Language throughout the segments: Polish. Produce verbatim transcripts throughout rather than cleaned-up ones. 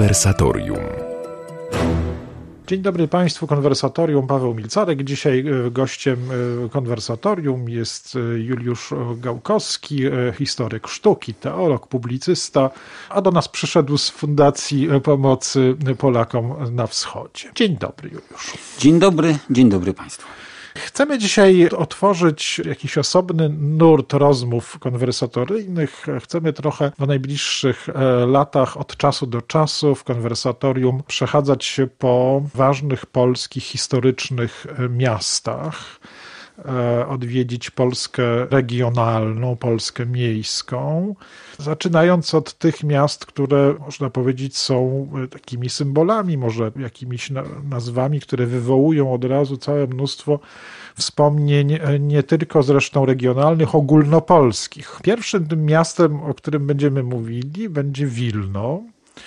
Konwersatorium. Dzień dobry Państwu, Konwersatorium, Paweł Milcarek. Dzisiaj gościem Konwersatorium jest Juliusz Gałkowski, historyk sztuki, teolog, publicysta, a do nas przyszedł z Fundacji Pomocy Polakom na Wschodzie. Dzień dobry, Juliuszu. Dzień dobry, dzień dobry Państwu. Chcemy dzisiaj otworzyć jakiś osobny nurt rozmów konwersatoryjnych. Chcemy trochę w najbliższych latach od czasu do czasu w konwersatorium przechadzać się po ważnych polskich historycznych miastach, odwiedzić Polskę regionalną, Polskę miejską, zaczynając od tych miast, które można powiedzieć są takimi symbolami, może jakimiś nazwami, które wywołują od razu całe mnóstwo wspomnień, nie tylko zresztą regionalnych, ogólnopolskich. Pierwszym tym miastem, o którym będziemy mówili, będzie Wilno.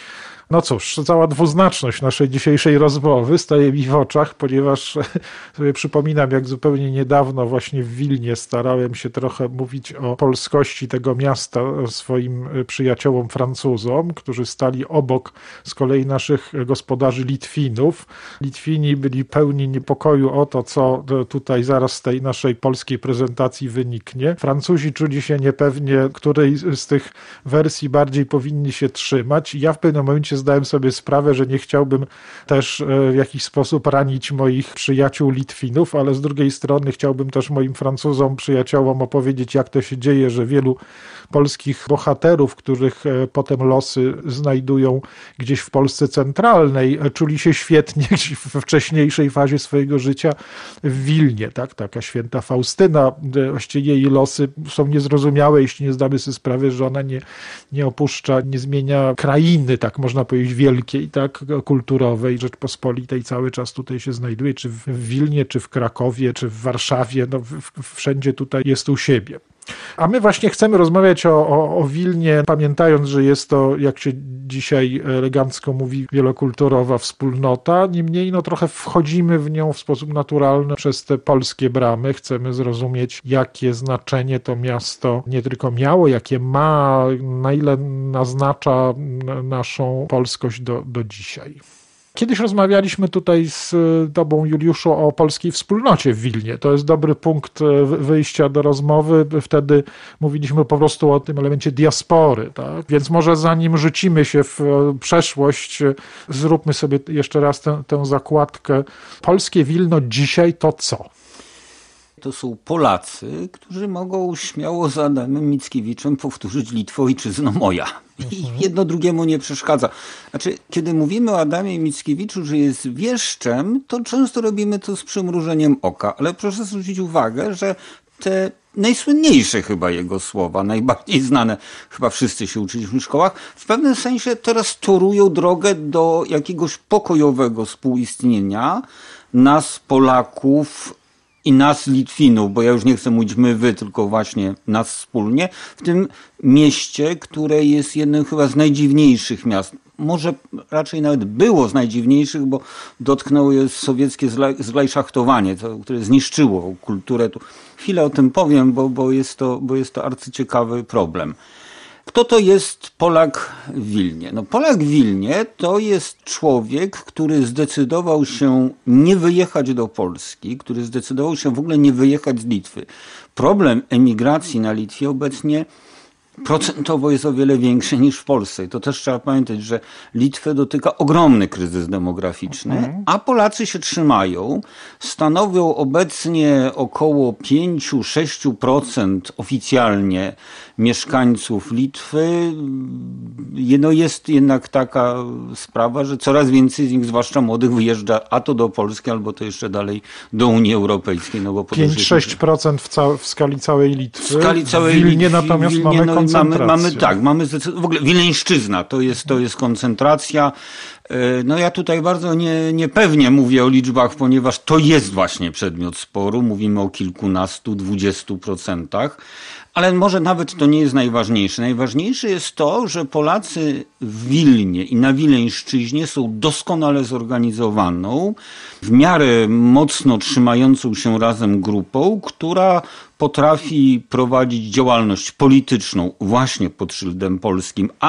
No cóż, cała dwuznaczność naszej dzisiejszej rozmowy staje mi w oczach, ponieważ sobie przypominam, jak zupełnie niedawno właśnie w Wilnie starałem się trochę mówić o polskości tego miasta swoim przyjaciołom Francuzom, którzy stali obok z kolei naszych gospodarzy Litwinów. Litwini byli pełni niepokoju o to, co tutaj zaraz z tej naszej polskiej prezentacji wyniknie. Francuzi czuli się niepewnie, której z tych wersji bardziej powinni się trzymać. Ja w pewnym momencie zdałem sobie sprawę, że nie chciałbym też w jakiś sposób ranić moich przyjaciół Litwinów, ale z drugiej strony chciałbym też moim Francuzom, przyjaciołom opowiedzieć, jak to się dzieje, że wielu polskich bohaterów, których potem losy znajdują gdzieś w Polsce centralnej, czuli się świetnie gdzieś we wcześniejszej fazie swojego życia w Wilnie. Tak? Taka święta Faustyna, właściwie jej losy są niezrozumiałe, jeśli nie zdamy sobie sprawy, że ona nie, nie opuszcza, nie zmienia krainy, tak można powiedzieć, wielkiej, tak, kulturowej Rzeczpospolitej, cały czas tutaj się znajduje, czy w Wilnie, czy w Krakowie, czy w Warszawie, no w, wszędzie tutaj jest u siebie. A my właśnie chcemy rozmawiać o, o, o Wilnie, pamiętając, że jest to, jak się dzisiaj elegancko mówi, wielokulturowa wspólnota. Niemniej no, trochę wchodzimy w nią w sposób naturalny przez te polskie bramy. Chcemy zrozumieć, jakie znaczenie to miasto nie tylko miało, jakie ma, na ile naznacza naszą polskość do, do dzisiaj. Kiedyś rozmawialiśmy tutaj z tobą, Juliuszu, o polskiej wspólnocie w Wilnie. To jest dobry punkt wyjścia do rozmowy. Wtedy mówiliśmy po prostu o tym elemencie diaspory. Tak? Więc może zanim rzucimy się w przeszłość, zróbmy sobie jeszcze raz tę, tę zakładkę. Polskie Wilno dzisiaj to co? To są Polacy, którzy mogą śmiało z Adamem Mickiewiczem powtórzyć Litwo ojczyzno moja. I jedno drugiemu nie przeszkadza. Znaczy, kiedy mówimy o Adamie Mickiewiczu, że jest wieszczem, to często robimy to z przymrużeniem oka. Ale proszę zwrócić uwagę, że te najsłynniejsze chyba jego słowa, najbardziej znane, chyba wszyscy się uczyliśmy w szkołach, w pewnym sensie teraz torują drogę do jakiegoś pokojowego współistnienia nas, Polaków, i nas, Litwinów, bo ja już nie chcę mówić my, wy, tylko właśnie nas wspólnie, w tym mieście, które jest jednym chyba z najdziwniejszych miast. Może raczej nawet było z najdziwniejszych, bo dotknęło je sowieckie zglajszachtowanie, które zniszczyło kulturę. Tu chwilę o tym powiem, bo, bo, jest to, bo jest to arcyciekawy problem. Kto to jest Polak w Wilnie? No, Polak w Wilnie to jest człowiek, który zdecydował się nie wyjechać do Polski, który zdecydował się w ogóle nie wyjechać z Litwy. Problem emigracji na Litwie obecnie procentowo jest o wiele większy niż w Polsce. I to też trzeba pamiętać, że Litwę dotyka ogromny kryzys demograficzny, mhm. a Polacy się trzymają. Stanowią obecnie około pięć do sześciu procent oficjalnie mieszkańców Litwy. No jest jednak taka sprawa, że coraz więcej z nich, zwłaszcza młodych, wyjeżdża a to do Polski, albo to jeszcze dalej do Unii Europejskiej. No pięć do sześciu procent w, ca- w skali całej Litwy. W skali całej w Wilnie Litwy, natomiast Wilnie, mamy no, koncentrację. Mamy, mamy, tak, mamy zdecyd- w ogóle Wileńszczyzna to jest, to jest koncentracja. No ja tutaj bardzo nie, niepewnie mówię o liczbach, ponieważ to jest właśnie przedmiot sporu. Mówimy o kilkunastu, dwudziestu procentach. Ale może nawet to nie jest najważniejsze. Najważniejsze jest to, że Polacy w Wilnie i na Wileńszczyźnie są doskonale zorganizowaną, w miarę mocno trzymającą się razem grupą, która potrafi prowadzić działalność polityczną właśnie pod szyldem polskim, a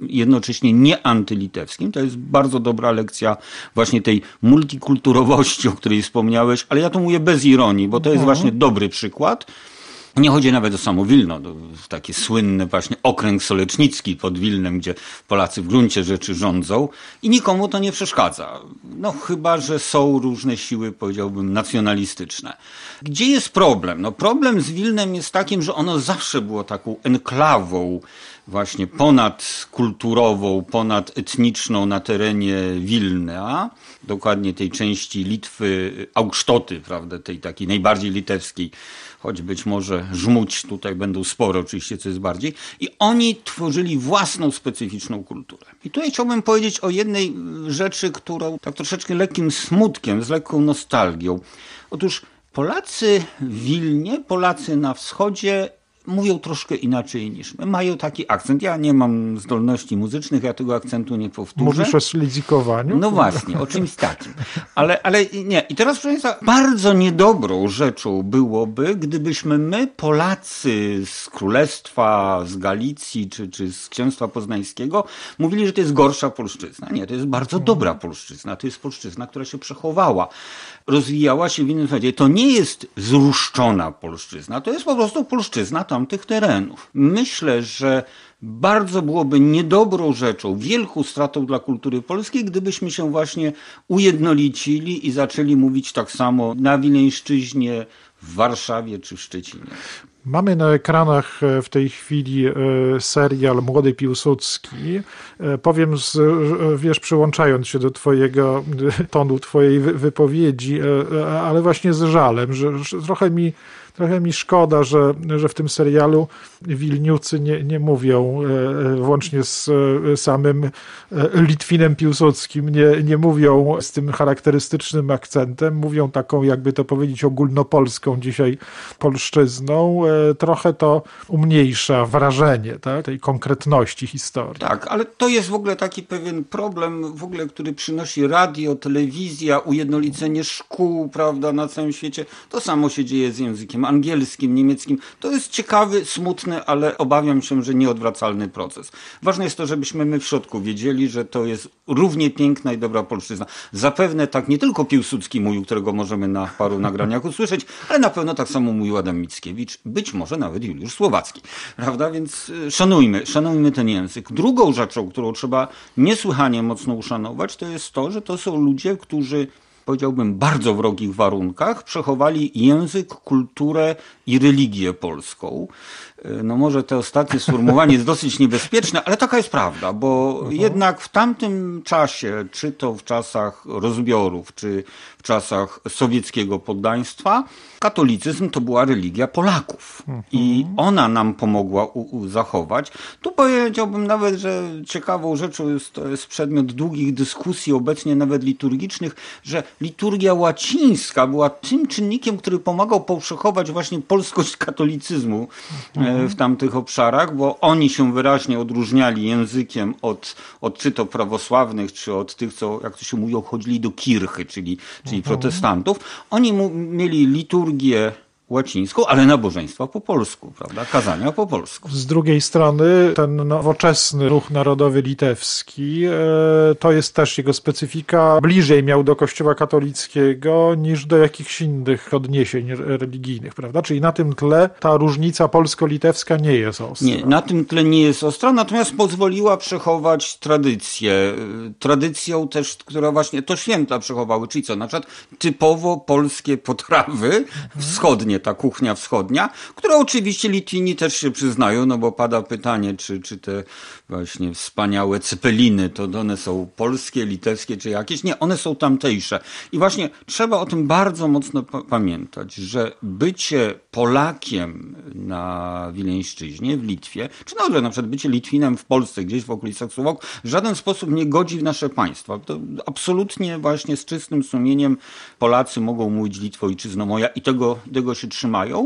jednocześnie nie antylitewskim. To jest bardzo dobra lekcja właśnie tej multikulturowości, o której wspomniałeś, ale ja to mówię bez ironii, bo to jest właśnie dobry przykład. Nie chodzi nawet o samo Wilno, takie słynne właśnie okręg solecznicki pod Wilnem, gdzie Polacy w gruncie rzeczy rządzą i nikomu to nie przeszkadza. No chyba, że są różne siły, powiedziałbym, nacjonalistyczne. Gdzie jest problem? No problem z Wilnem jest takim, że ono zawsze było taką enklawą właśnie ponadkulturową, ponadetniczną na terenie Wilna, dokładnie tej części Litwy, Augsztoty, prawda, tej takiej najbardziej litewskiej, choć być może Żmudź tutaj będą sporo oczywiście, co jest bardziej. I oni tworzyli własną specyficzną kulturę. I tutaj chciałbym powiedzieć o jednej rzeczy, którą tak troszeczkę lekkim smutkiem, z lekką nostalgią. Otóż Polacy w Wilnie, Polacy na wschodzie mówią troszkę inaczej niż my. Mają taki akcent. Ja nie mam zdolności muzycznych, ja tego akcentu nie powtórzę. Mówisz o śledzikowaniu? No właśnie, o czymś takim. Ale, ale nie. I teraz, proszę Państwa, bardzo niedobrą rzeczą byłoby, gdybyśmy my, Polacy z Królestwa, z Galicji, czy, czy z Księstwa Poznańskiego, mówili, że to jest gorsza polszczyzna. Nie, to jest bardzo dobra polszczyzna. To jest polszczyzna, która się przechowała. Rozwijała się w innym sensie. To nie jest zruszczona polszczyzna, to jest po prostu polszczyzna tamtych terenów. Myślę, że bardzo byłoby niedobrą rzeczą, wielką stratą dla kultury polskiej, gdybyśmy się właśnie ujednolicili i zaczęli mówić tak samo na Wileńszczyźnie, w Warszawie czy w Szczecinie. Mamy na ekranach w tej chwili serial Młody Piłsudski. Powiem, z, wiesz, przyłączając się do twojego tonu, twojej wypowiedzi, ale właśnie z żalem, że, że trochę mi Trochę mi szkoda, że, że w tym serialu Wilniucy nie, nie mówią, włącznie z samym Litwinem Piłsudskim, nie, nie mówią z tym charakterystycznym akcentem, mówią taką, jakby to powiedzieć, ogólnopolską dzisiaj polszczyzną. Trochę to umniejsza wrażenie, tak, tej konkretności historii. Tak, ale to jest w ogóle taki pewien problem, w ogóle, który przynosi radio, telewizja, ujednolicenie szkół, prawda, na całym świecie. To samo się dzieje z językiem angielskim, niemieckim. To jest ciekawy, smutny, ale obawiam się, że nieodwracalny proces. Ważne jest to, żebyśmy my w środku wiedzieli, że to jest równie piękna i dobra polszczyzna. Zapewne tak nie tylko Piłsudski mówił, którego możemy na paru nagraniach usłyszeć, ale na pewno tak samo mówił Adam Mickiewicz, być może nawet Juliusz Słowacki. Prawda? Więc szanujmy, szanujmy ten język. Drugą rzeczą, którą trzeba niesłychanie mocno uszanować, to jest to, że to są ludzie, którzy, powiedziałbym, bardzo wrogich warunkach przechowali język, kulturę i religię polską. No może to ostatnie sformułowanie jest dosyć niebezpieczne, ale taka jest prawda, bo uh-huh. jednak w tamtym czasie, czy to w czasach rozbiorów, czy w czasach sowieckiego poddaństwa, katolicyzm to była religia Polaków uh-huh. i ona nam pomogła u, u zachować. Tu powiedziałbym nawet, że ciekawą rzeczą jest, to jest przedmiot długich dyskusji obecnie nawet liturgicznych, że liturgia łacińska była tym czynnikiem, który pomagał przechować właśnie polskość katolicyzmu uh-huh. w tamtych obszarach, bo oni się wyraźnie odróżniali językiem od, od czy to prawosławnych, czy od tych, co, jak to się mówi, chodzili do kirchy, czyli, czyli uh-huh. protestantów. Oni mu, mieli liturgię łacińską, ale nabożeństwa po polsku, prawda? Kazania po polsku. Z drugiej strony ten nowoczesny ruch narodowy litewski, to jest też jego specyfika, bliżej miał do kościoła katolickiego niż do jakichś innych odniesień religijnych, prawda? Czyli na tym tle ta różnica polsko-litewska nie jest ostra. Nie, na tym tle nie jest ostra, natomiast pozwoliła przechować tradycję. Tradycją też, która właśnie to święta przechowały, czyli co? Na przykład typowo polskie potrawy wschodnie, ta kuchnia wschodnia, która oczywiście Litwini też się przyznają, no bo pada pytanie, czy, czy te właśnie wspaniałe cepeliny, to one są polskie, litewskie, czy jakieś? Nie, one są tamtejsze. I właśnie trzeba o tym bardzo mocno pa- pamiętać, że bycie Polakiem na Wileńszczyźnie, w Litwie, czy nawet na przykład bycie Litwinem w Polsce, gdzieś w okolicach Suwałk, w żaden sposób nie godzi w nasze państwa. To absolutnie właśnie z czystym sumieniem Polacy mogą mówić Litwo, ojczyzno moja i tego, tego się trzymają.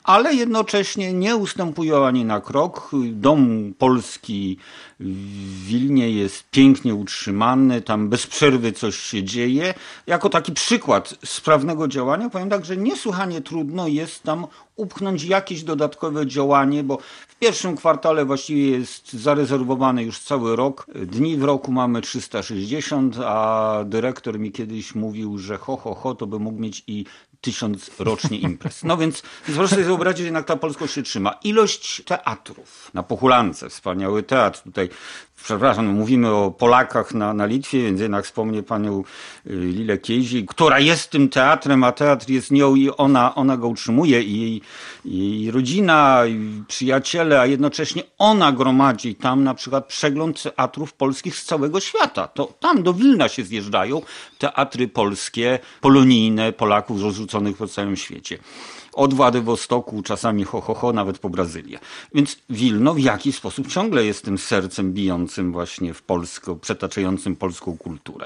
ale jednocześnie nie ustępują ani na krok. Dom Polski w Wilnie jest pięknie utrzymany, tam bez przerwy coś się dzieje. Jako taki przykład sprawnego działania powiem tak, że niesłychanie trudno jest tam upchnąć jakieś dodatkowe działanie, bo w pierwszym kwartale właściwie jest zarezerwowany już cały rok. Dni w roku mamy trzysta sześćdziesiąt, a dyrektor mi kiedyś mówił, że ho, ho, ho, to by mógł mieć i tysiąc rocznie imprez. No więc, więc proszę sobie wyobrazić, że jednak ta polskość się trzyma. Ilość teatrów na Pochulance, wspaniały teatr. Tutaj, przepraszam, mówimy o Polakach na, na Litwie, więc jednak wspomnę panią Lilę Kiejzik, która jest tym teatrem, a teatr jest nią i ona, ona go utrzymuje i jej, jej rodzina, i przyjaciele, a jednocześnie ona gromadzi tam na przykład przegląd teatrów polskich z całego świata. To tam do Wilna się zjeżdżają teatry polskie, polonijne, Polaków rozrzuconych po całym świecie. Od Władywostoku, czasami ho, ho, ho, nawet po Brazylię. Więc Wilno w jakiś sposób ciągle jest tym sercem bijącym właśnie w Polskę, przetaczającym polską kulturę.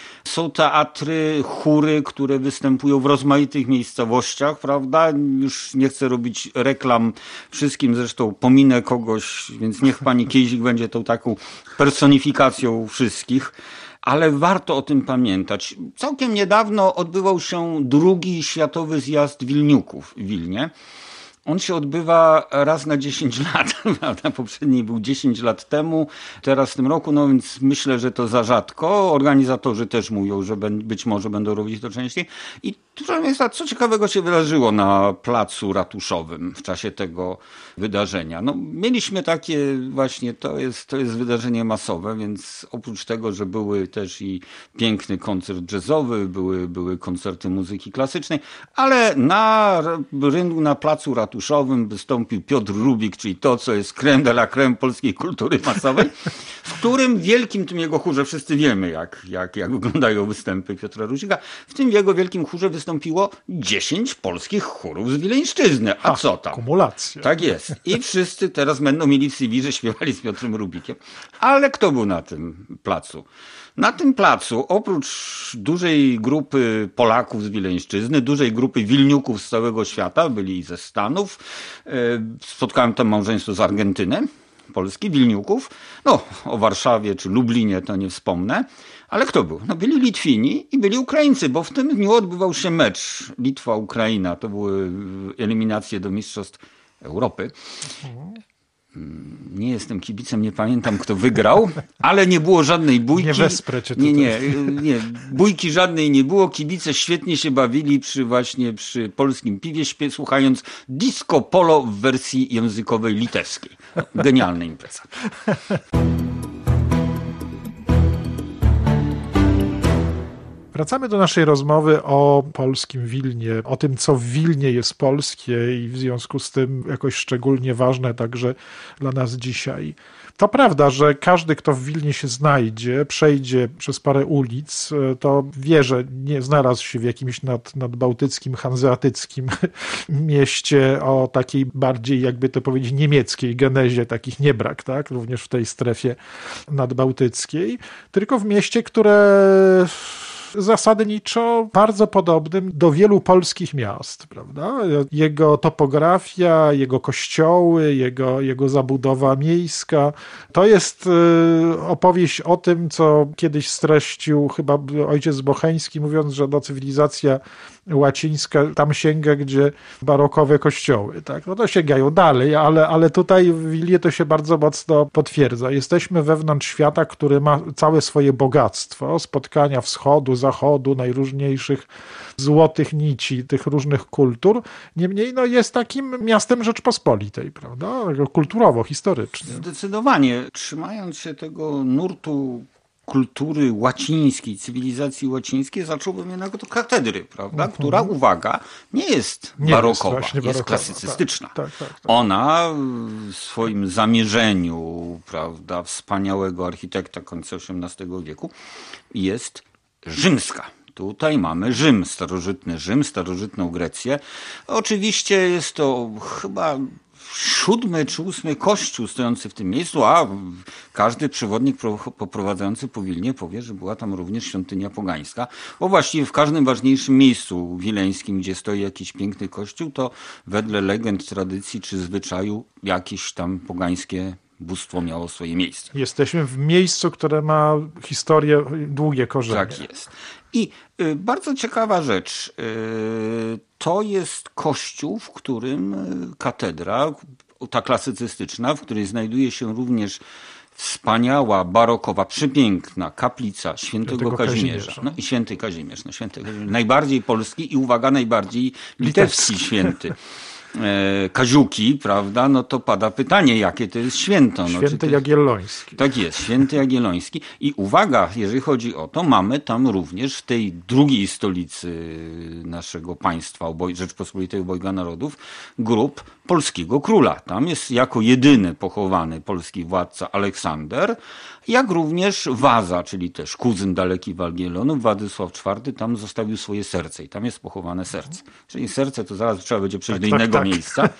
Są teatry, chóry, które występują w rozmaitych miejscowościach, prawda? Już nie chcę robić reklam wszystkim, zresztą pominę kogoś, więc niech pani Kiejzik będzie tą taką personifikacją wszystkich. Ale warto o tym pamiętać. Całkiem niedawno odbywał się drugi światowy zjazd Wilniuków w Wilnie. On się odbywa raz na dziesięć lat, prawda? Poprzedni był dziesięć lat temu, teraz w tym roku, no więc myślę, że to za rzadko. Organizatorzy też mówią, że być może będą robić to częściej. I proszę Państwa, co ciekawego się wydarzyło na placu ratuszowym w czasie tego wydarzenia? No, mieliśmy takie właśnie, to jest, to jest wydarzenie masowe, więc oprócz tego, że były też i piękny koncert jazzowy, były, były koncerty muzyki klasycznej, ale na rynku, na placu ratuszowym wystąpił Piotr Rubik, czyli to, co jest crème de la crème polskiej kultury masowej, w którym wielkim tym jego chórze, wszyscy wiemy, jak, jak, jak wyglądają występy Piotra Ruzika, w tym jego wielkim chórze wystąpiło dziesięć polskich chórów z Wileńszczyzny. A, A co tam? Kumulacja. Tak jest. I wszyscy teraz będą mieli w C V, że śpiewali z Piotrem Rubikiem. Ale kto był na tym placu? Na tym placu, oprócz dużej grupy Polaków z Wileńszczyzny, dużej grupy Wilniuków z całego świata, byli ze Stanów, spotkałem tam małżeństwo z Argentyny, Polski, Wilniuków, no o Warszawie czy Lublinie to nie wspomnę, ale kto był? No byli Litwini i byli Ukraińcy, bo w tym dniu odbywał się mecz Litwa-Ukraina, to były eliminacje do Mistrzostw Europy. Nie jestem kibicem, nie pamiętam kto wygrał, ale nie było żadnej bójki. Nie wesprę cię tutaj. Nie, nie, nie. Bójki żadnej nie było. Kibice świetnie się bawili przy właśnie przy polskim piwie, śpiew, słuchając disco polo w wersji językowej litewskiej. Genialna impreza. Wracamy do naszej rozmowy o polskim Wilnie, o tym, co w Wilnie jest polskie i w związku z tym jakoś szczególnie ważne także dla nas dzisiaj. To prawda, że każdy, kto w Wilnie się znajdzie, przejdzie przez parę ulic, to wie, że nie znalazł się w jakimś nad, nadbałtyckim, hanzeatyckim mieście o takiej bardziej, jakby to powiedzieć, niemieckiej genezie, takich nie brak, tak? Również w tej strefie nadbałtyckiej, tylko w mieście, które zasadniczo bardzo podobnym do wielu polskich miast, prawda? Jego topografia, jego kościoły, jego, jego zabudowa miejska. To jest opowieść o tym, co kiedyś streścił chyba ojciec Bocheński, mówiąc, że no, cywilizacja łacińska tam sięga, gdzie barokowe kościoły, tak? No to sięgają dalej, ale, ale tutaj w Wilnie to się bardzo mocno potwierdza. Jesteśmy wewnątrz świata, który ma całe swoje bogactwo, spotkania wschodu, zachodu, najróżniejszych złotych nici, tych różnych kultur. Niemniej no, jest takim miastem Rzeczpospolitej, prawda? Kulturowo, historycznie. Zdecydowanie. Trzymając się tego nurtu kultury łacińskiej, cywilizacji łacińskiej, zacząłbym jednak od katedry, prawda? Mhm. Która, uwaga, nie jest nie barokowa, jest, jest klasycystyczna. Tak, tak, tak, tak. Ona w swoim zamierzeniu, prawda, wspaniałego architekta końca osiemnastego wieku jest rzymska. Tutaj mamy Rzym, starożytny Rzym, starożytną Grecję. Oczywiście jest to chyba siódmy czy ósmy kościół stojący w tym miejscu, a każdy przewodnik poprowadzający po Wilnie powie, że była tam również świątynia pogańska, bo właściwie w każdym ważniejszym miejscu wileńskim, gdzie stoi jakiś piękny kościół, to wedle legend, tradycji czy zwyczaju jakieś tam pogańskie bóstwo miało swoje miejsce. Jesteśmy w miejscu, które ma historię, długie korzenie. Tak jest. I y, bardzo ciekawa rzecz. Y, to jest kościół, w którym katedra, ta klasycystyczna, w której znajduje się również wspaniała, barokowa, przepiękna kaplica świętego, świętego Kazimierza. Kazimierza. No i święty Kazimierz. No, święty Kazimierz. Najbardziej polski i uwaga, najbardziej litewski, litewski. święty. E, Kaziuki, prawda, no to pada pytanie, jakie to jest święto. No, Święty to... Jagielloński. Tak jest, święty Jagielloński. I uwaga, jeżeli chodzi o to, mamy tam również w tej drugiej stolicy naszego państwa, oboj... Rzeczpospolitej Obojga Narodów, grób polskiego króla. Tam jest jako jedyny pochowany polski władca Aleksander, jak również Waza, czyli też kuzyn daleki Jagiellonów, Władysław czwarty, tam zostawił swoje serce i tam jest pochowane serce. Czyli serce to zaraz trzeba będzie przejść tak, do innego tak, tak. miejsca.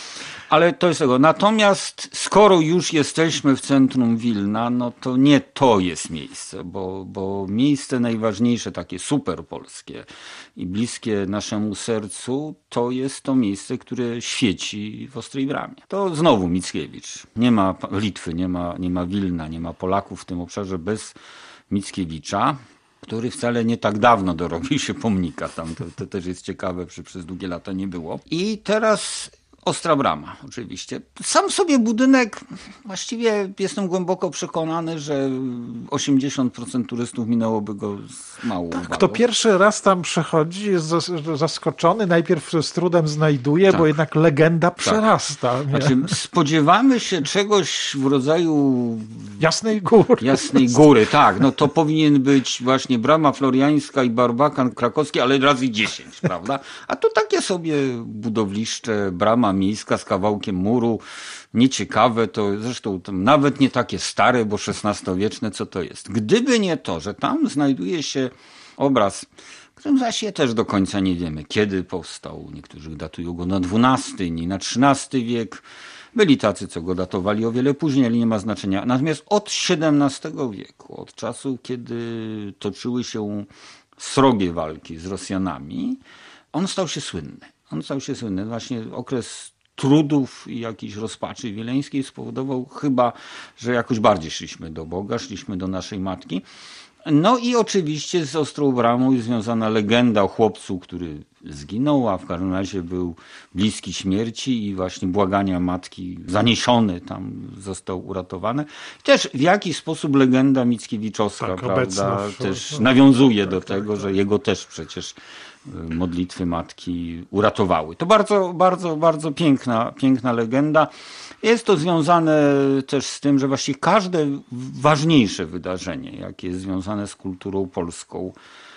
Ale to jest tego. Natomiast skoro już jesteśmy w centrum Wilna, no to nie to jest miejsce, bo, bo miejsce najważniejsze, takie super polskie i bliskie naszemu sercu, to jest to miejsce, które świeci w Ostrej Bramie. To znowu Mickiewicz. Nie ma Litwy, nie ma, nie ma Wilna, nie ma Polaków w tym obszarze bez Mickiewicza, który wcale nie tak dawno dorobił się pomnika. Tam to, to też jest ciekawe, że przez długie lata nie było. I teraz Ostra Brama, oczywiście. Sam sobie budynek, właściwie jestem głęboko przekonany, że osiemdziesiąt procent turystów minęłoby go z małą tak, uwagą. Kto pierwszy raz tam przechodzi, jest zaskoczony, najpierw z trudem znajduje, tak. bo jednak legenda przerasta. Tak. Znaczy, spodziewamy się czegoś w rodzaju Jasnej Góry. Jasnej Góry, tak. No to powinien być właśnie Brama Floriańska i Barbakan Krakowski, ale razy dziesięć, prawda? A tu takie sobie budowliszcze, brama miejska z kawałkiem muru, nieciekawe, to zresztą to nawet nie takie stare, bo szesnastowieczne, co to jest. Gdyby nie to, że tam znajduje się obraz, którym zaś też do końca nie wiemy, kiedy powstał. Niektórzy datują go na dwunasty, inni na trzynasty wiek. Byli tacy, co go datowali o wiele później, ale nie ma znaczenia. Natomiast od siedemnastego wieku, od czasu, kiedy toczyły się srogie walki z Rosjanami, on stał się słynny. On stał się słynny. Właśnie okres trudów i jakiejś rozpaczy wileńskiej spowodował chyba, że jakoś bardziej szliśmy do Boga, szliśmy do naszej matki. No i oczywiście z Ostrą Bramą jest związana legenda o chłopcu, który zginął, a w każdym razie był bliski śmierci i właśnie błagania matki, zaniesiony tam został uratowany. Też w jakiś sposób legenda mickiewiczowska, tak, prawda, też nawiązuje do tego, że jego też przecież modlitwy matki uratowały. To bardzo, bardzo, bardzo piękna, piękna legenda. Jest to związane też z tym, że właściwie każde ważniejsze wydarzenie, jakie jest związane z kulturą polską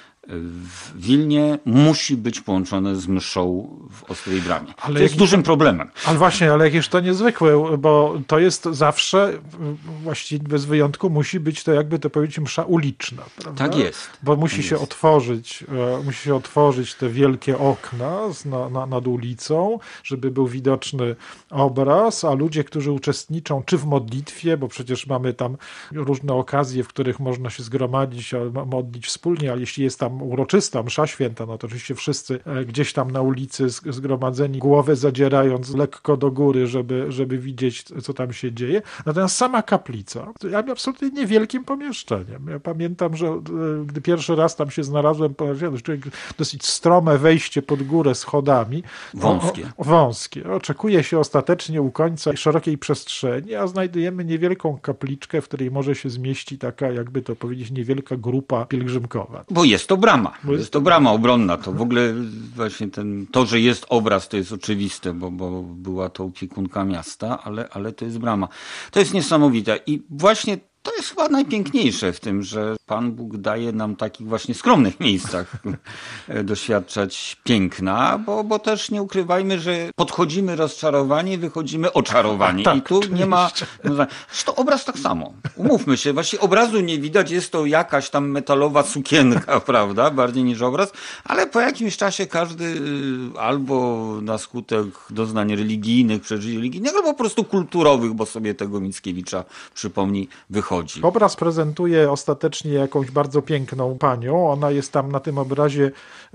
w Wilnie, musi być połączone z mszą w Ostrej Bramie. Ale to jest jak... dużym problemem. Ale właśnie, ale jakież to niezwykłe, bo to jest zawsze, właściwie bez wyjątku, musi być to, jakby to powiedzieć, msza uliczna. Prawda? Tak jest. Bo musi tak się jest. otworzyć, musi się otworzyć te wielkie okna na, na, nad ulicą, żeby był widoczny obraz, a ludzie, którzy uczestniczą czy w modlitwie, bo przecież mamy tam różne okazje, w których można się zgromadzić, modlić wspólnie, ale jeśli jest tam uroczysta msza święta, no to oczywiście wszyscy gdzieś tam na ulicy zgromadzeni, głowę zadzierając lekko do góry, żeby, żeby widzieć, co tam się dzieje. Natomiast sama kaplica, ja byłem absolutnie niewielkim pomieszczeniem. Ja pamiętam, że gdy pierwszy raz tam się znalazłem, dosyć strome wejście pod górę schodami. Wąskie. O, wąskie. Oczekuje się ostatecznie u końca szerokiej przestrzeni, a znajdujemy niewielką kapliczkę, w której może się zmieści taka, jakby to powiedzieć, niewielka grupa pielgrzymkowa. Bo jest to brama. Bo jest to brama obronna. To w ogóle właśnie ten, to, że jest obraz, to jest oczywiste, bo, bo była to opiekunka miasta, ale, ale to jest brama. To jest niesamowite. I właśnie To jest chyba najpiękniejsze w tym, że Pan Bóg daje nam takich właśnie skromnych miejscach doświadczać piękna, bo, bo też nie ukrywajmy, że podchodzimy rozczarowani, wychodzimy oczarowani. Tak, i tu oczywiście. Nie ma... Zresztą obraz tak samo. Umówmy się, właśnie obrazu nie widać, jest to jakaś tam metalowa sukienka, prawda, bardziej niż obraz, ale po jakimś czasie każdy albo na skutek doznań religijnych, przeżyć religijnych, albo po prostu kulturowych, bo sobie tego Mickiewicza, przypomnij, wychodzi. Obraz prezentuje ostatecznie jakąś bardzo piękną panią. Ona jest tam na tym obrazie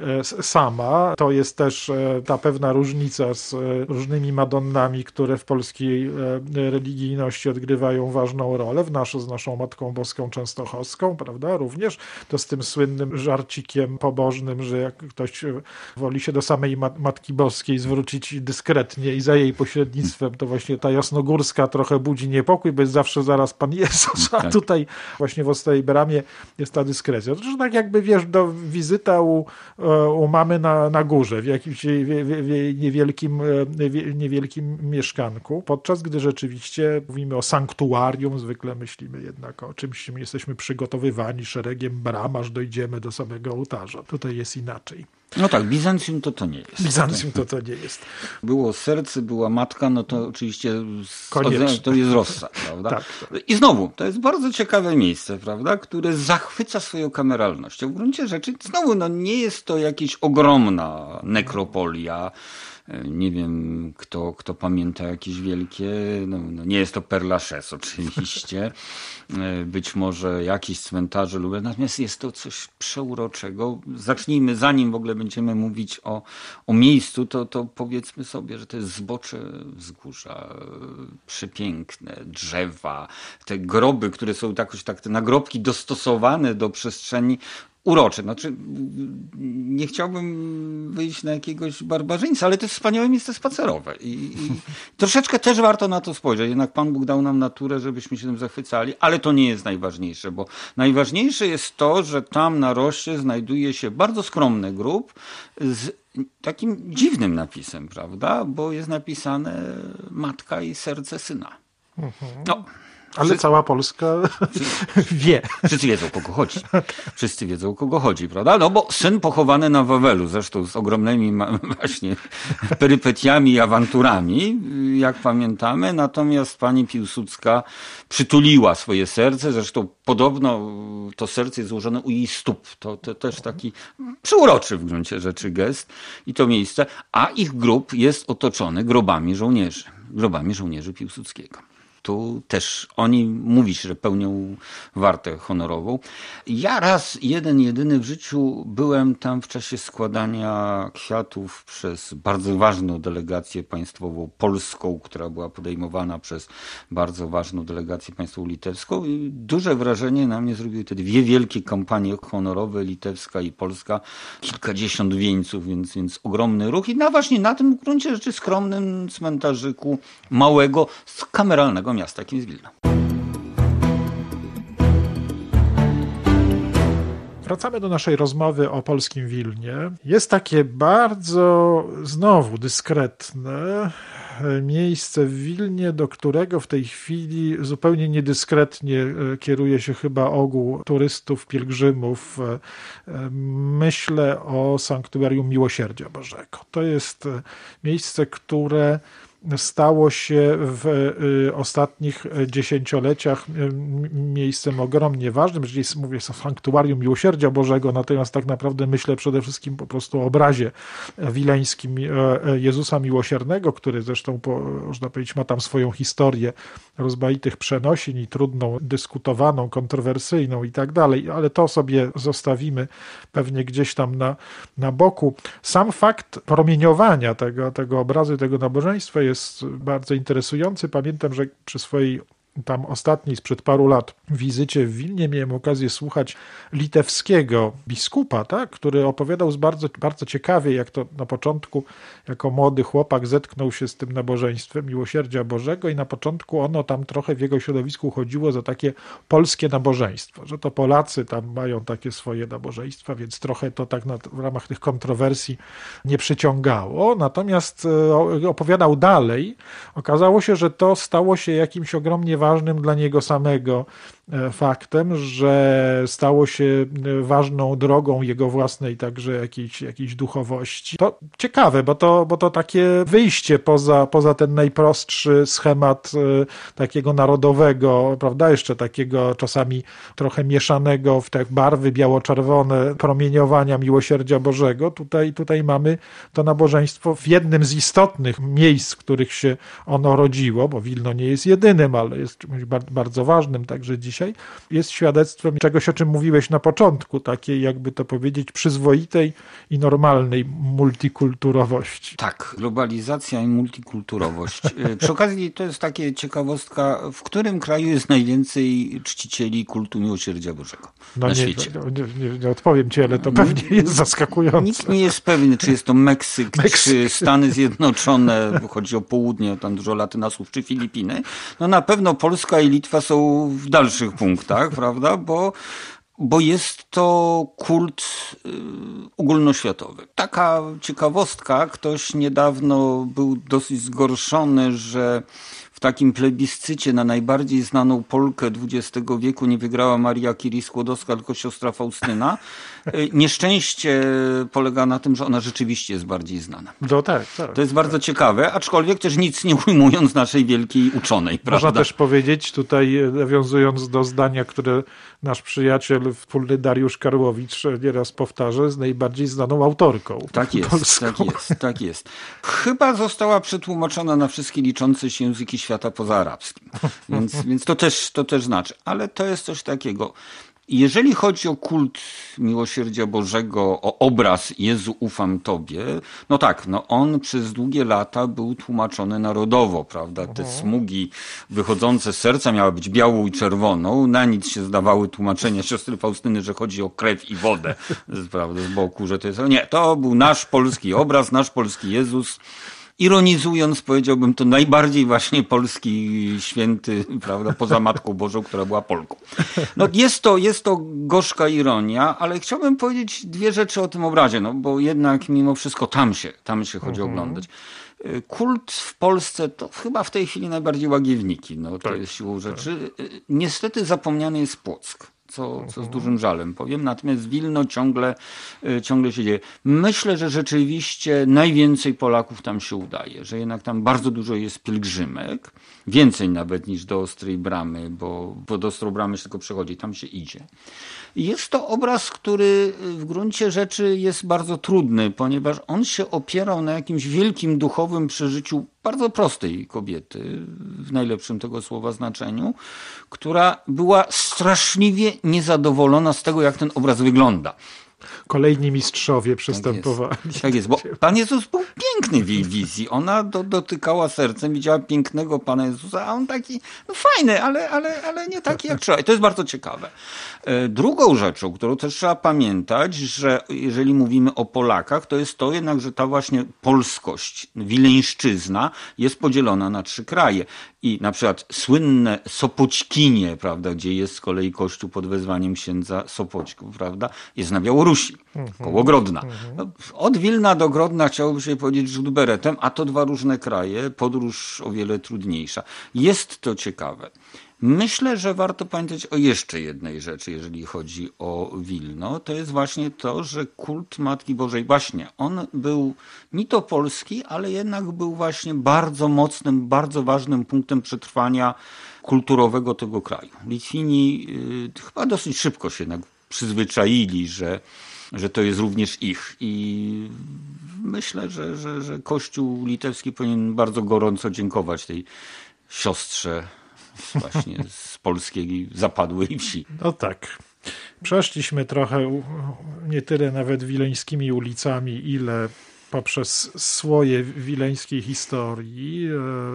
sama. To jest też ta pewna różnica z różnymi Madonnami, które w polskiej religijności odgrywają ważną rolę. W nasz, z naszą Matką Boską Częstochowską, prawda? Również to z tym słynnym żarcikiem pobożnym, że jak ktoś woli się do samej Matki Boskiej zwrócić dyskretnie i za jej pośrednictwem, to właśnie ta jasnogórska trochę budzi niepokój, bo jest zawsze zaraz Pan Jezus, a tutaj właśnie w Ostrej Bramie jest ta dyskrecja. To tak jakby, wiesz, do wizyta u, u mamy na, na górze, w jakimś niewielkim, niewielkim mieszkanku, podczas gdy rzeczywiście mówimy o sanktuarium, zwykle myślimy jednak o czymś, czym jesteśmy przygotowywani szeregiem bram, aż dojdziemy do samego ołtarza. Tutaj jest inaczej. No tak, Bizancjum to to nie jest. Bizancjum to to nie jest. Było serce, była matka, no to oczywiście z, Koniecznie. To jest Rossa, prawda? Tak, tak. I znowu, to jest bardzo ciekawe miejsce, prawda, które zachwyca swoją kameralnością. W gruncie rzeczy, znowu, no nie jest to jakaś ogromna nekropolia. Nie wiem, kto, kto pamięta jakieś wielkie, no, no nie jest to Père Lachaise oczywiście, być może jakieś cmentarze lub, natomiast jest to coś przeuroczego. Zacznijmy, zanim w ogóle będziemy mówić o, o miejscu, to, to powiedzmy sobie, że to jest zbocze wzgórza, przepiękne drzewa, te groby, które są jakoś tak, te nagrobki dostosowane do przestrzeni, urocze. Znaczy, nie chciałbym wyjść na jakiegoś barbarzyńca, ale to jest wspaniałe miejsce spacerowe. I, i troszeczkę też warto na to spojrzeć. Jednak Pan Bóg dał nam naturę, żebyśmy się tym zachwycali, ale to nie jest najważniejsze, bo najważniejsze jest to, że tam na Rossie znajduje się bardzo skromny grób z takim dziwnym napisem, prawda? Bo jest napisane matka i serce syna. No. Ale Wszyscy, cała Polska wie. Wszyscy wiedzą, o kogo chodzi. Wszyscy wiedzą, o kogo chodzi, prawda? No bo syn pochowany na Wawelu, zresztą z ogromnymi właśnie perypetiami i awanturami, jak pamiętamy. Natomiast pani Piłsudska przytuliła swoje serce, zresztą podobno to serce jest złożone u jej stóp. To, to też taki przyuroczy w gruncie rzeczy gest i to miejsce. A ich grób jest otoczony grobami żołnierzy. Grobami żołnierzy Piłsudskiego. Tu też oni mówisz, że pełnią wartę honorową. Ja raz, jeden, jedyny w życiu byłem tam w czasie składania kwiatów przez bardzo ważną delegację państwową polską, która była podejmowana przez bardzo ważną delegację państwową litewską. I duże wrażenie na mnie zrobiły te dwie wielkie kampanie honorowe, litewska i polska. Kilkadziesiąt wieńców, więc, więc ogromny ruch. I na właśnie na tym w gruncie rzeczy skromnym cmentarzyku małego, z kameralnego miasta, jakim jest Wilno. Wracamy do naszej rozmowy o polskim Wilnie. Jest takie bardzo, znowu dyskretne miejsce w Wilnie, do którego w tej chwili zupełnie niedyskretnie kieruje się chyba ogół turystów, pielgrzymów. Myślę o Sanktuarium Miłosierdzia Bożego. To jest miejsce, które stało się w ostatnich dziesięcioleciach miejscem ogromnie ważnym. Jeżeli mówię o Sanktuarium Miłosierdzia Bożego, natomiast tak naprawdę myślę przede wszystkim po prostu o obrazie wileńskim Jezusa Miłosiernego, który zresztą, można powiedzieć, ma tam swoją historię rozmaitych przenosin i trudną, dyskutowaną, kontrowersyjną i tak dalej, ale to sobie zostawimy pewnie gdzieś tam na, na boku. Sam fakt promieniowania tego, tego obrazu, tego nabożeństwa jest jest bardzo interesujący. Pamiętam, że przy swojej tam ostatniej sprzed paru lat wizycie w Wilnie miałem okazję słuchać litewskiego biskupa, tak, który opowiadał z bardzo, bardzo ciekawie, jak to na początku jako młody chłopak zetknął się z tym nabożeństwem Miłosierdzia Bożego i na początku ono tam trochę w jego środowisku chodziło za takie polskie nabożeństwo, że to Polacy tam mają takie swoje nabożeństwa, więc trochę to tak na, w ramach tych kontrowersji nie przyciągało. Natomiast opowiadał dalej, okazało się, że to stało się jakimś ogromnie ważnym dla niego samego faktem, że stało się ważną drogą jego własnej także jakiejś, jakiejś duchowości. To ciekawe, bo to, bo to takie wyjście poza, poza ten najprostszy schemat takiego narodowego, prawda, jeszcze takiego czasami trochę mieszanego w te barwy biało-czerwone promieniowania miłosierdzia Bożego. Tutaj, tutaj mamy to nabożeństwo w jednym z istotnych miejsc, w których się ono rodziło, bo Wilno nie jest jedynym, ale jest czymś bardzo ważnym także dzisiaj, jest świadectwem czegoś, o czym mówiłeś na początku, takiej, jakby to powiedzieć, przyzwoitej i normalnej multikulturowości. Tak, globalizacja i multikulturowość. Przy okazji to jest takie ciekawostka, w którym kraju jest najwięcej czcicieli kultu miłosierdzia Bożego no na nie, świecie? Nie, nie, nie odpowiem ci, ale to pewnie jest zaskakujące. Nikt nie jest pewien, czy jest to Meksyk, Meksyk. czy Stany Zjednoczone, chodzi o południe, tam dużo Latynasów, czy Filipiny. No na pewno Polska i Litwa są w dalszych punktach, prawda, bo bo jest to kult y, ogólnoświatowy. Taka ciekawostka, ktoś niedawno był dosyć zgorszony, że w takim plebiscycie na najbardziej znaną Polkę dwudziestego wieku nie wygrała Maria Curie-Skłodowska, tylko siostra Faustyna. Nieszczęście polega na tym, że ona rzeczywiście jest bardziej znana. No tak, tak. To jest bardzo ciekawe, aczkolwiek też nic nie ujmując naszej wielkiej uczonej. Można prawda? też powiedzieć, tutaj nawiązując do zdania, które nasz przyjaciel wspólny Dariusz Karłowicz nieraz powtarza, jest najbardziej znaną autorką. Tak jest, polską. tak jest, tak jest. Chyba została przetłumaczona na wszystkie liczące się języki świata pozaarabskim, więc, więc to też, to też znaczy. Ale to jest coś takiego. Jeżeli chodzi o kult miłosierdzia Bożego, o obraz Jezu, ufam Tobie, no tak, no on przez długie lata był tłumaczony narodowo, prawda? Te smugi wychodzące z serca miały być białą i czerwoną, na nic się zdawały tłumaczenia siostry Faustyny, że chodzi o krew i wodę, prawda, z boku, że to jest... Nie, to był nasz polski obraz, nasz polski Jezus. Ironizując, powiedziałbym, to najbardziej właśnie polski święty, prawda, poza Matką Bożą, która była Polką. No jest to, jest to gorzka ironia, ale chciałbym powiedzieć dwie rzeczy o tym obrazie, no bo jednak mimo wszystko tam się, tam się chodzi mhm. oglądać. Kult w Polsce to chyba w tej chwili najbardziej Łagiewniki, no to tak, jest siłą rzeczy. Tak. Niestety zapomniany jest Płock. Co, co z dużym żalem powiem, natomiast Wilno ciągle, ciągle się dzieje. Myślę, że rzeczywiście najwięcej Polaków tam się udaje, że jednak tam bardzo dużo jest pielgrzymek, więcej nawet niż do Ostrej Bramy, bo, bo do Ostrą Bramy się tylko przechodzi, tam się idzie. Jest to obraz, który w gruncie rzeczy jest bardzo trudny, ponieważ on się opierał na jakimś wielkim duchowym przeżyciu bardzo prostej kobiety, w najlepszym tego słowa znaczeniu, która była straszliwie niezadowolona z tego, jak ten obraz wygląda. Kolejni mistrzowie przystępowali. Tak jest, tak jest, bo Pan Jezus był piękny w jej wizji. Ona do, dotykała sercem, widziała pięknego Pana Jezusa, a on taki no fajny, ale, ale, ale nie taki jak trzeba. I to jest bardzo ciekawe. Drugą rzeczą, którą też trzeba pamiętać, że jeżeli mówimy o Polakach, to jest to jednak, że ta właśnie polskość, wileńszczyzna jest podzielona na trzy kraje. I na przykład słynne Sopoćkinie, prawda, gdzie jest z kolei kościół pod wezwaniem księdza Sopoćków, prawda, jest na Białorusi, koło Grodna. No, od Wilna do Grodna chciałoby się powiedzieć rzut beretem, a to dwa różne kraje, podróż o wiele trudniejsza. Jest to ciekawe. Myślę, że warto pamiętać o jeszcze jednej rzeczy, jeżeli chodzi o Wilno. To jest właśnie to, że kult Matki Bożej, właśnie on był nie to polski, ale jednak był właśnie bardzo mocnym, bardzo ważnym punktem przetrwania kulturowego tego kraju. Litwini y, chyba dosyć szybko się jednak przyzwyczaili, że, że to jest również ich. I myślę, że, że, że Kościół litewski powinien bardzo gorąco dziękować tej siostrze właśnie z polskiej zapadłej wsi. No tak. Przeszliśmy trochę nie tyle nawet wileńskimi ulicami, ile poprzez słoje wileńskiej historii.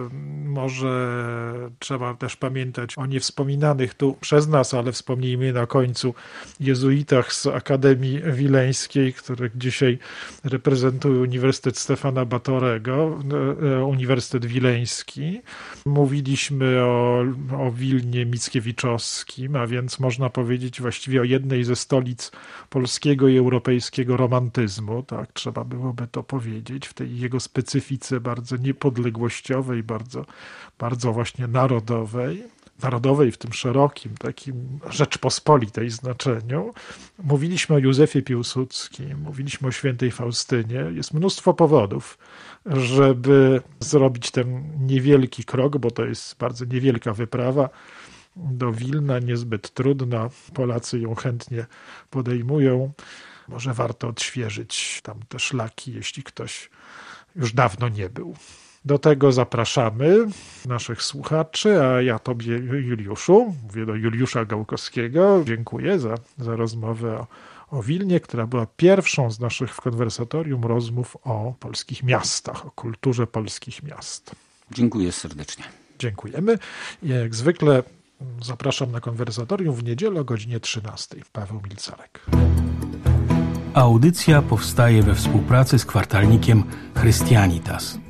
Może trzeba też pamiętać o niewspominanych tu przez nas, ale wspomnijmy na końcu jezuitach z Akademii Wileńskiej, których dzisiaj reprezentuje Uniwersytet Stefana Batorego, Uniwersytet Wileński. Mówiliśmy o, o Wilnie Mickiewiczowskim, a więc można powiedzieć właściwie o jednej ze stolic polskiego i europejskiego romantyzmu. Tak, trzeba byłoby to powiedzieć, w tej jego specyfice bardzo niepodległościowej, bardzo, bardzo właśnie narodowej. narodowej w tym szerokim, takim Rzeczpospolitej znaczeniu. Mówiliśmy o Józefie Piłsudskim, mówiliśmy o świętej Faustynie. Jest mnóstwo powodów, żeby zrobić ten niewielki krok, bo to jest bardzo niewielka wyprawa do Wilna, niezbyt trudna. Polacy ją chętnie podejmują. Może warto odświeżyć tam te szlaki, jeśli ktoś już dawno nie był. Do tego zapraszamy naszych słuchaczy, a ja tobie, Juliuszu, mówię do Juliusza Gałkowskiego, dziękuję za, za rozmowę o, o Wilnie, która była pierwszą z naszych w konwersatorium rozmów o polskich miastach, o kulturze polskich miast. Dziękuję serdecznie. Dziękujemy. Jak zwykle zapraszam na konwersatorium w niedzielę o godzinie trzynastej. Paweł Milcarek. Audycja powstaje we współpracy z kwartalnikiem Christianitas.